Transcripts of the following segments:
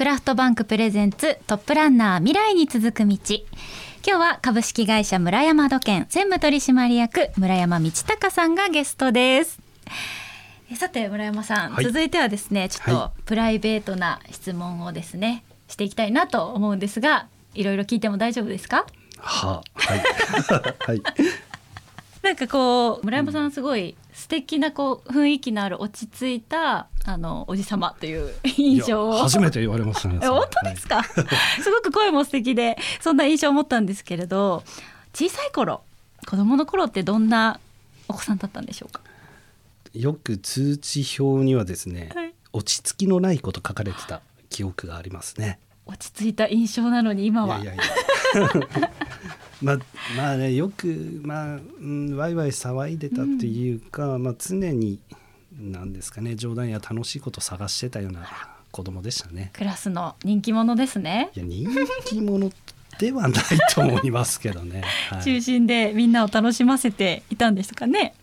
クラフトバンクプレゼンツトップランナー未来に続く道。今日は株式会社村山土建専務取締役村山道隆さんがゲストです。さて村山さん、はい、続いてはですねちょっとプライベートな質問をですね、していきたいなと思うんですが、いろいろ聞いても大丈夫ですか？ はい、はい、 なんかこう村山さんすごい素敵なこう雰囲気のある落ち着いたおじさまという印象を初めて言われましたね。 本当ですか？はい、すごく声も素敵でそんな印象を持ったんですけれど、小さい頃子供の頃ってどんなお子さんだったんでしょうか？ よく通知表にはですね、はい、落ち着きのないこと書かれてた記憶がありますね。 落ち着いた印象なのに今は。いやまあね、よく、ワイワイ騒いでたっていうか、常に何ですかね、冗談や楽しいことを探してたような子供でしたね。 クラスの人気者ですね。 いや人気者ではないと思いますけどね、 はい、中心でみんなを楽しませていたんですかね。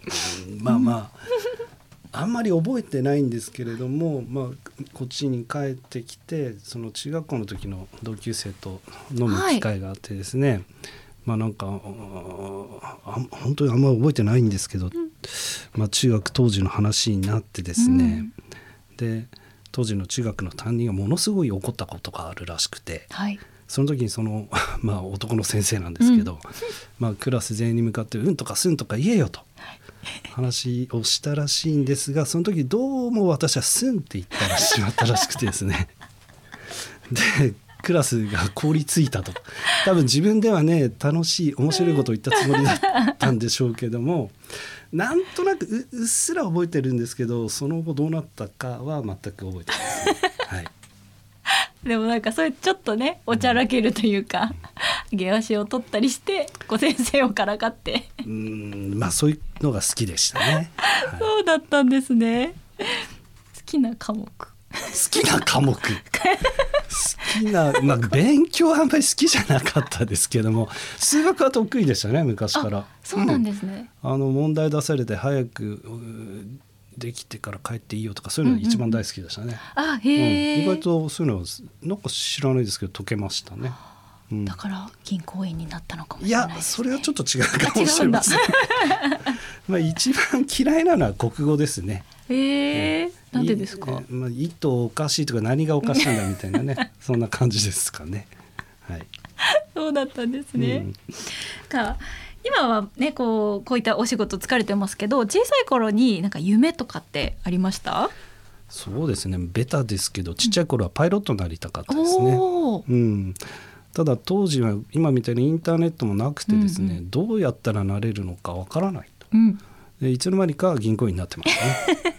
あんまり覚えてないんですけれども、こっちに帰ってきてその中学校の時の同級生と飲む機会があってですね、なんか本当にあんまり覚えてないんですけど、中学当時の話になってですね、で当時の中学の担任がものすごい怒ったことがあるらしくて、はい、その時にその、男の先生なんですけど、クラス全員に向かってうんとかすんとか言えよと話をしたらしいんですが、その時どうも私はすんって言ったらしまったらしくてですねでクラスが凍りついたと。多分自分ではね楽しい面白いことを言ったつもりだったんでしょうけども、なんとなく うっすら覚えてるんですけど、その後どうなったかは全く覚えてないですね。はいでもなんかそれちょっとねおちゃらけるというか、下足を取ったりして先生をからかってそういうのが好きでしたね。はい、 そうだったんですね。好きな科目勉強はあんまり好きじゃなかったですけども、数学は得意でしたね昔から。 そうなんですね。 問題出されて早くできてから帰っていいよとかそういうのが一番大好きでしたね。意外とそういうのはなんか知らないですけど解けましたね。 だから銀行員になったのかもしれないですね。 いやそれはちょっと違うかもしれません。一番嫌いなのは国語ですね。 なんでですか？ 意図おかしいとか何がおかしいんだみたいなねそんな感じですかね。はい、 そうだったんですね。今はねこういったお仕事疲れてますけど、小さい頃になんか夢とかってありました？ そうですね、ベタですけどちっちゃい頃はパイロットになりたかったですね。ただ当時は今みたいにインターネットもなくてですね、どうやったらなれるのかわからないと、でいつの間にか銀行員になってますね。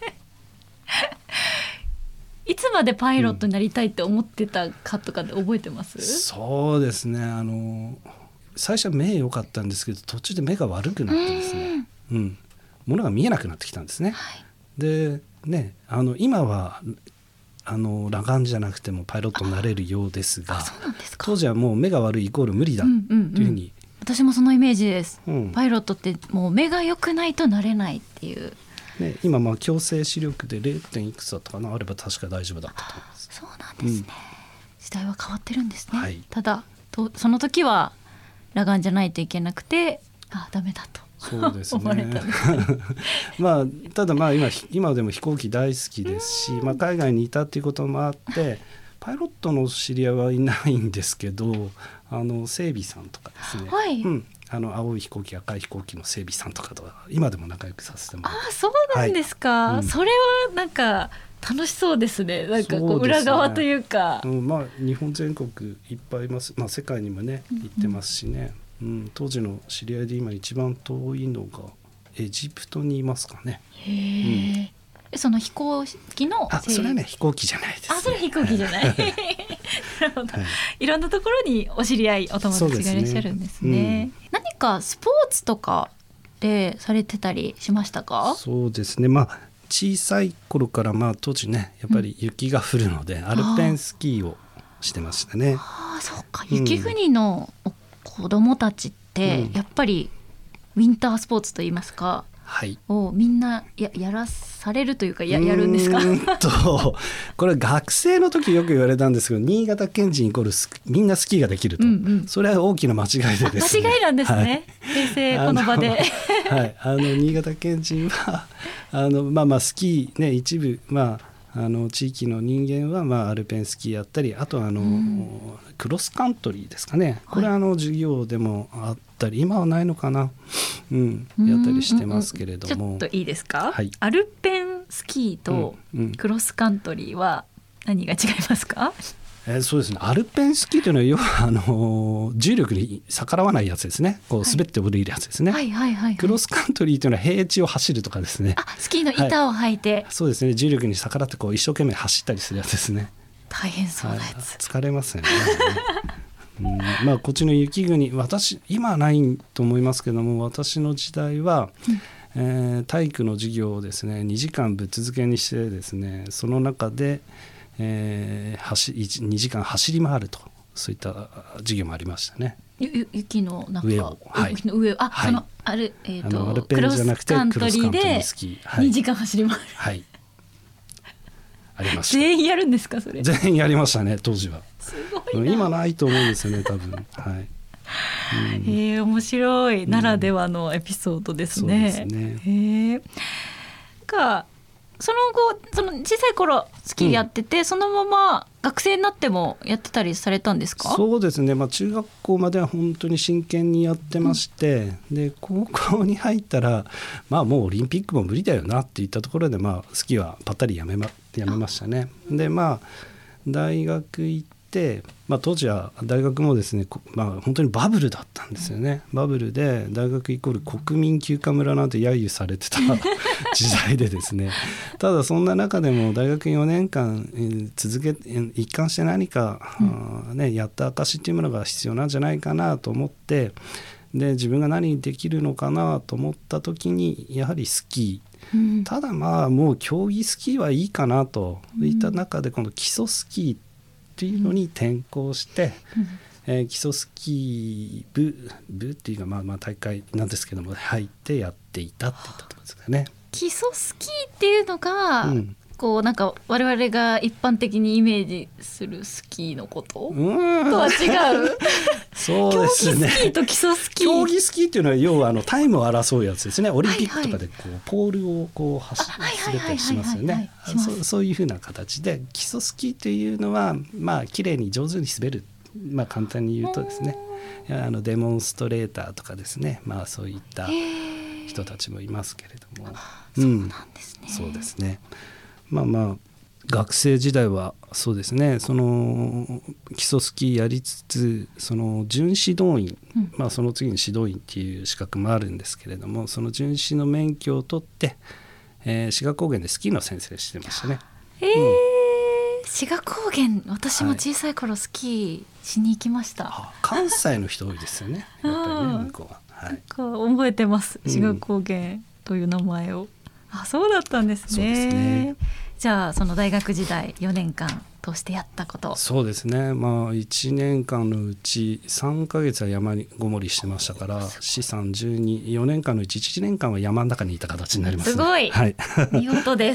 いつまでパイロットになりたいって思ってたかとかって覚えてます？ そうですね、最初は目良かったんですけど途中で目が悪くなってですね、物が見えなくなってきたんですね。はい、でね今は裸眼じゃなくてもパイロットになれるようですが、当時はもう目が悪いイコール無理だというふうに、 私もそのイメージです。パイロットってもう目が良くないとなれないっていう、 今矯正視力で 0. いくつだったかなあれば確か大丈夫だったと思います。 そうなんですね。時代は変わってるんですね。はい、ただその時は裸眼じゃないといけなくてダメだとそうですね思われたんですね。 ただ今でも飛行機大好きですし、海外にいたっていうこともあってパイロットの知り合いはいないんですけど整備さんとかですね、はい、青い飛行機赤い飛行機の整備さんとかとは今でも仲良くさせてもらって。 そうなんですか。それはなんか楽しそうですね。なんか裏側というか、 日本全国いっぱいいます、世界にもね行ってますしね、当時の知り合いで今一番遠いのがエジプトにいますかね。 その飛行機のそれはね飛行機じゃないです、ね。 それは飛行機じゃないなるほど、いろんなところにお知り合いお友達がいらっしゃるんですね。何かスポーツとかでされてたりしましたか？そうですね、 小さい頃から当時ねやっぱり雪が降るので、アルペンスキーをしてましたね。 そうか、雪国の子どもたちってやっぱりウィンタースポーツといいますか、 をみんな やらされるというか やるんですか？ これ学生の時よく言われたんですけど、新潟県人イコールみんなスキーができると、それは大きな間違いでですね。 間違いなんですね、平成この場で新潟県人はスキーね、一部地域の人間はアルペンスキーやったり、あとクロスカントリーですかね、これ授業でもあったり、今はないのかな、やったりしてますけれども。 ちょっといいですか、アルペンスキーとクロスカントリーは何が違いますか？ そうですね、アルペンスキーというのは要は重力に逆らわないやつですね。こう滑って降りるやつですね。クロスカントリーというのは平地を走るとかですね。 スキーの板を履いて、 そうですね、重力に逆らって一生懸命走ったりするやつですね。 大変そうなやつ、 疲れますよね。こっちの雪国、今はないと思いますけども、私の時代は、体育の授業をですね2時間ぶっ続けにしてですね、その中で2時間走り回ると、そういった授業もありましたね。 雪の中上を、 上をアルペンじゃなくてクロスカントリーで2時間走り回る、ありました。全員やるんですか？それ全員やりましたね、当時は。 すごいな。 今ないと思うんですよね、多分。 面白い、ならではのエピソードですね。 そうですね。 その後、その小さい頃スキーやってて、そのまま学生になってもやってたりされたんですか？ そうですね、中学校までは本当に真剣にやってまして、で高校に入ったら、もうオリンピックも無理だよなっていったところで、スキーはパッタリやめましたね。で大学行って、当時は大学もですね、本当にバブルだったんですよね。バブルで大学イコール国民休暇村なんて揶揄されてた時代でですね、ただそんな中でも大学4年間一貫して何か、やった証っていうものが必要なんじゃないかなと思って、で自分が何できるのかなと思った時にやはりスキー、ただもう競技スキーはいいかなといった中で、この基礎スキーっていうのに転向して、基礎スキー部っていうか、大会なんですけども入ってやっていたっていったところですかね。 基礎スキーっていうのが、なんか我々が一般的にイメージするスキーのこととは違うそうですね、 競技スキーと基礎スキー、 競技スキーっていうのは要はタイムを争うやつですね。オリンピックとかでポールを滑ったりしますよね。そういうふうな形で、基礎スキーというのは綺麗に上手に滑る、簡単に言うとですね、デモンストレーターとかですね、そういった人たちもいますけれども。 そうなんですね。 そうですね。学生時代はそうですね、その基礎スキーやりつつ、その準指導員、その次に指導員っていう資格もあるんですけれども、その準指の免許を取って、志賀高原でスキーの先生してましたね。 志賀高原、私も小さい頃スキーしに行きました。 関西の人多いですよね、やっぱりね、向こうは。 覚えてます、志賀高原という名前を。そうだったんですね。そうですね。じゃあその大学時代4年間通してやったこと。 そうですね、1年間のうち3ヶ月は山にごもりしてましたから、4年間のうち1年間は山の中にいた形になりますね。 すごい、見事です。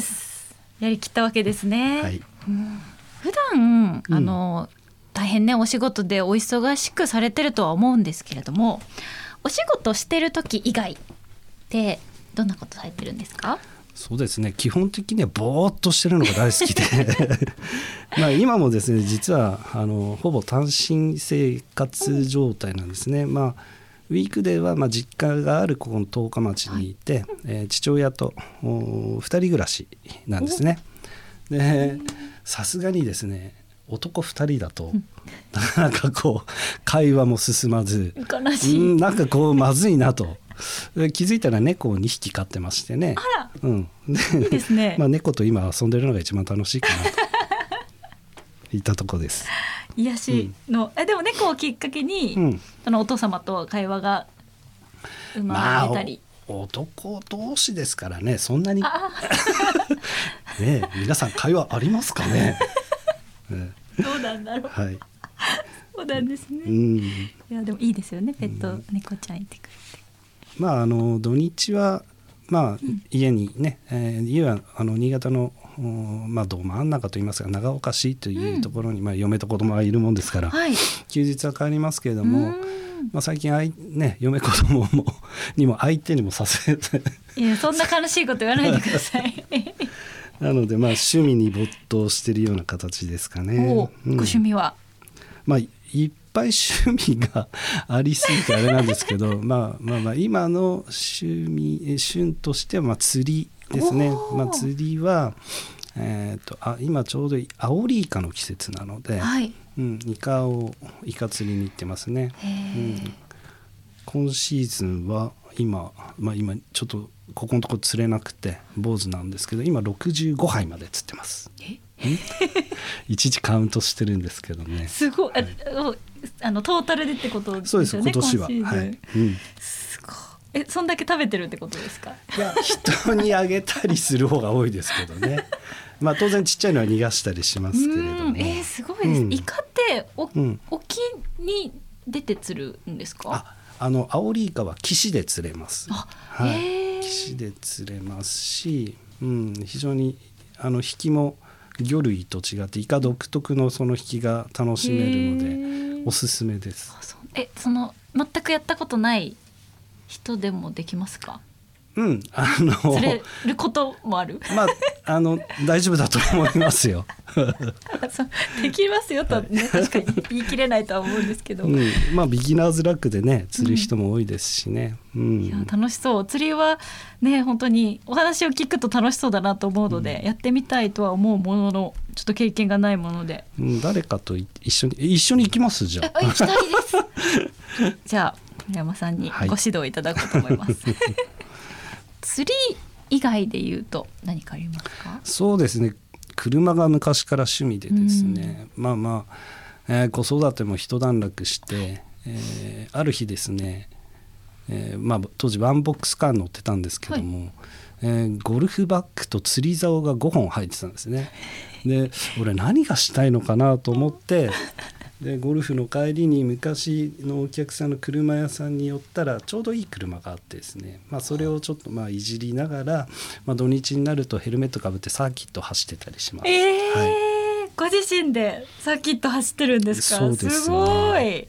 やりきったわけですね。普段大変ね、お仕事でお忙しくされてるとは思うんですけれども、お仕事してる時以外ってどんなことされてるんですか？ そうですね、基本的にはぼーっとしてるのが大好きで今もですね、実はほぼ単身生活状態なんですね。ウィークデーは実家があるここの十日町にいて、父親と2人暮らしなんですね。でさすがにですね、男2人だとなんか会話も進まず、 悲しい、 なんかまずいなと気づいたら猫を2匹飼ってましてね。 いいですね。 猫と今遊んでるのが一番楽しいかなといったとこです。 癒しの、でも猫をきっかけに、そのお父様と会話が生まれたり、 男同士ですからね、そんなにね、皆さん会話ありますかねどうなんだろう。そうなんですね。いやでもいいですよね、ペット猫ちゃんいてくれて。 土日は家にね、家は新潟のど真ん中といいますか長岡市というところに、嫁と子供がいるもんですから、休日は帰りますけれども、最近嫁子供にも相手にもさせていやそんな悲しいこと言わないでくださいなので趣味に没頭しているような形ですかね。 ご趣味は、 いっぱい趣味がありすぎてあれなんですけど今の旬としては釣りですね。釣りは、今ちょうどアオリイカの季節なので、イカ釣りに行ってますね。今シーズンは今ちょっとここのところ釣れなくて坊主なんですけど、今65杯まで釣ってます。一時カウントしてるんですけどね。 すごい、トータルでってことですよね。 そうです、今年は。 すごい。そんだけ食べてるってことですか？ いや、人にあげたりする方が多いですけどね当然ちっちゃいのは逃がしたりしますけれども。 すごいです。イカって沖に出て釣るんですか？ アオリイカは岸で釣れます。岸で釣れますし、非常に引きも魚類と違ってイカ独特のその引きが楽しめるのでおすすめです。 全くやったことない人でもできますか？ 釣れることもある大丈夫だと思いますよできますよとね、確かに言い切れないとは思うんですけど、 ビギナーズラックでね釣る人も多いですしね。 いや楽しそう。釣りはね本当にお話を聞くと楽しそうだなと思うので、やってみたいとは思うもののちょっと経験がないもので、 誰かと一緒に行きます。じゃあ行きたいですじゃあ村山さんにご指導いただこうと思います、釣り以外で言うと何かありますか？そうですね、 車が昔から趣味でですね、子育ても一段落して、ある日ですね、当時ワンボックスカー乗ってたんですけども、ゴルフバッグと釣り竿が5本入ってたんですね。で俺何がしたいのかなと思ってでゴルフの帰りに昔のお客さんの車屋さんに寄ったらちょうどいい車があってですね、それをちょっといじりながら、土日になるとヘルメットかぶってサーキット走ってたりします。 ご自身でサーキット走ってるんですか？ そうですね。 すごい。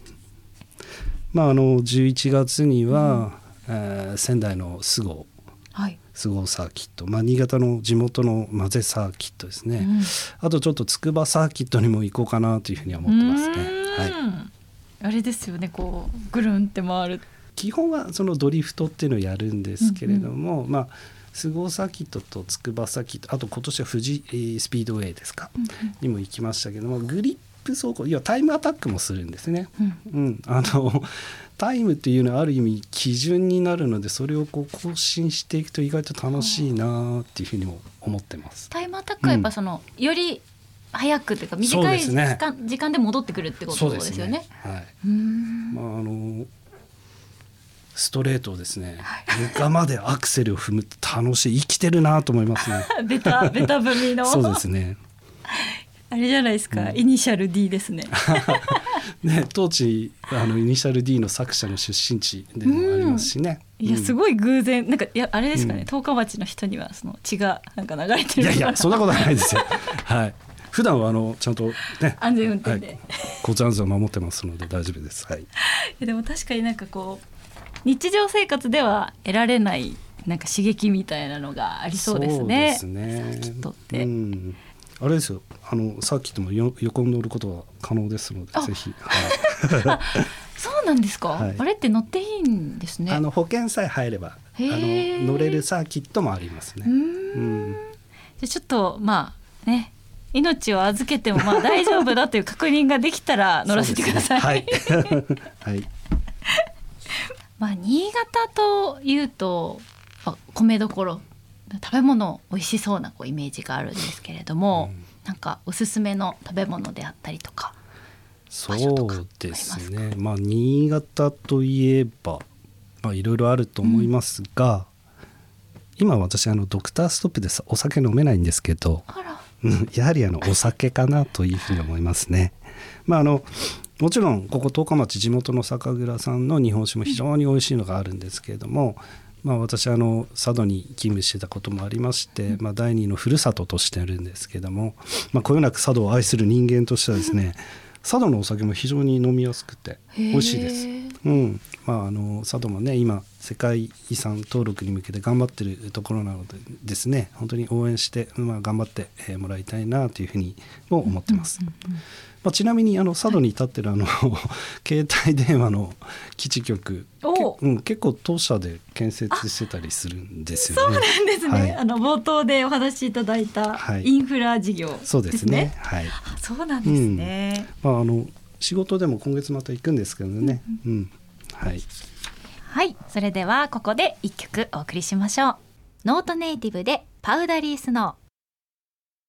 11月には、仙台の菅生サーキット、新潟の地元の混ぜサーキットですね、あとちょっと筑波サーキットにも行こうかなというふうには思ってますね。 あれですよね、こうぐるんって回る。 基本はそのドリフトっていうのをやるんですけれども、菅生サーキットと筑波サーキット、あと今年は富士スピードウェイですか、にも行きましたけども、グリップ走行、いやタイムアタックもするんですね。タイムっていうのはある意味基準になるので、それを更新していくと意外と楽しいなっていうふうにも思ってます。 タイムアタックはやっぱより早くというか短い時間で戻ってくるってことですよね。 ストレートをですね、床までアクセルを踏むと楽しい、生きてるなと思いますね。 ベタ踏みのそうですね。 あれじゃないですか、イニシャル D ですね。 当地イニシャル D の作者の出身地でもありますしね。 いやすごい偶然、なんかあれですかね、十日町の人にはその血がなんか流れてる。 いやそんなことはないですよ。普段はちゃんとね、 安全運転で、 交通安全を守ってますので大丈夫です。 でも確かになんかこう日常生活では得られないなんか刺激みたいなのがありそうですね。 そうですね。 サーキットって、 あれですよ、サーキットも横に乗ることは可能ですので、ぜひ。 そうなんですか、あれって乗っていいんですね。 保険さえ入れば乗れるサーキットもありますね。じゃあちょっと命を預けても大丈夫だという確認ができたら乗らせてください。新潟というと米どころ、食べ物美味しそうなイメージがあるんですけれども、なんかおすすめの食べ物であったりとか場所とかありますか？そうですね、 新潟といえばいろいろあると思いますが、今私ドクターストップでお酒飲めないんですけど、やはりお酒かなというふうに思いますね。もちろんここ十日町地元の酒蔵さんの日本酒も非常に美味しいのがあるんですけれども、 私佐渡に勤務してたこともありまして、第二のふるさととしてあるんですけども、こよなく佐渡を愛する人間としてはですね佐渡のお酒も非常に飲みやすくて美味しいです。佐渡もね今世界遺産登録に向けて頑張ってるところなのでですね、本当に応援して、頑張ってもらいたいなというふうにも思ってます。ちなみに佐渡に立ってる携帯電話の基地局、結構当社で建設してたりするんですよね。 そうなんですね、冒頭でお話しいただいたインフラ事業ですね。 そうですね、 そうなんですね。 仕事でも今月また行くんですけどね。 はい、それではここで一曲お送りしましょう。ノートネイティブでパウダリースノー。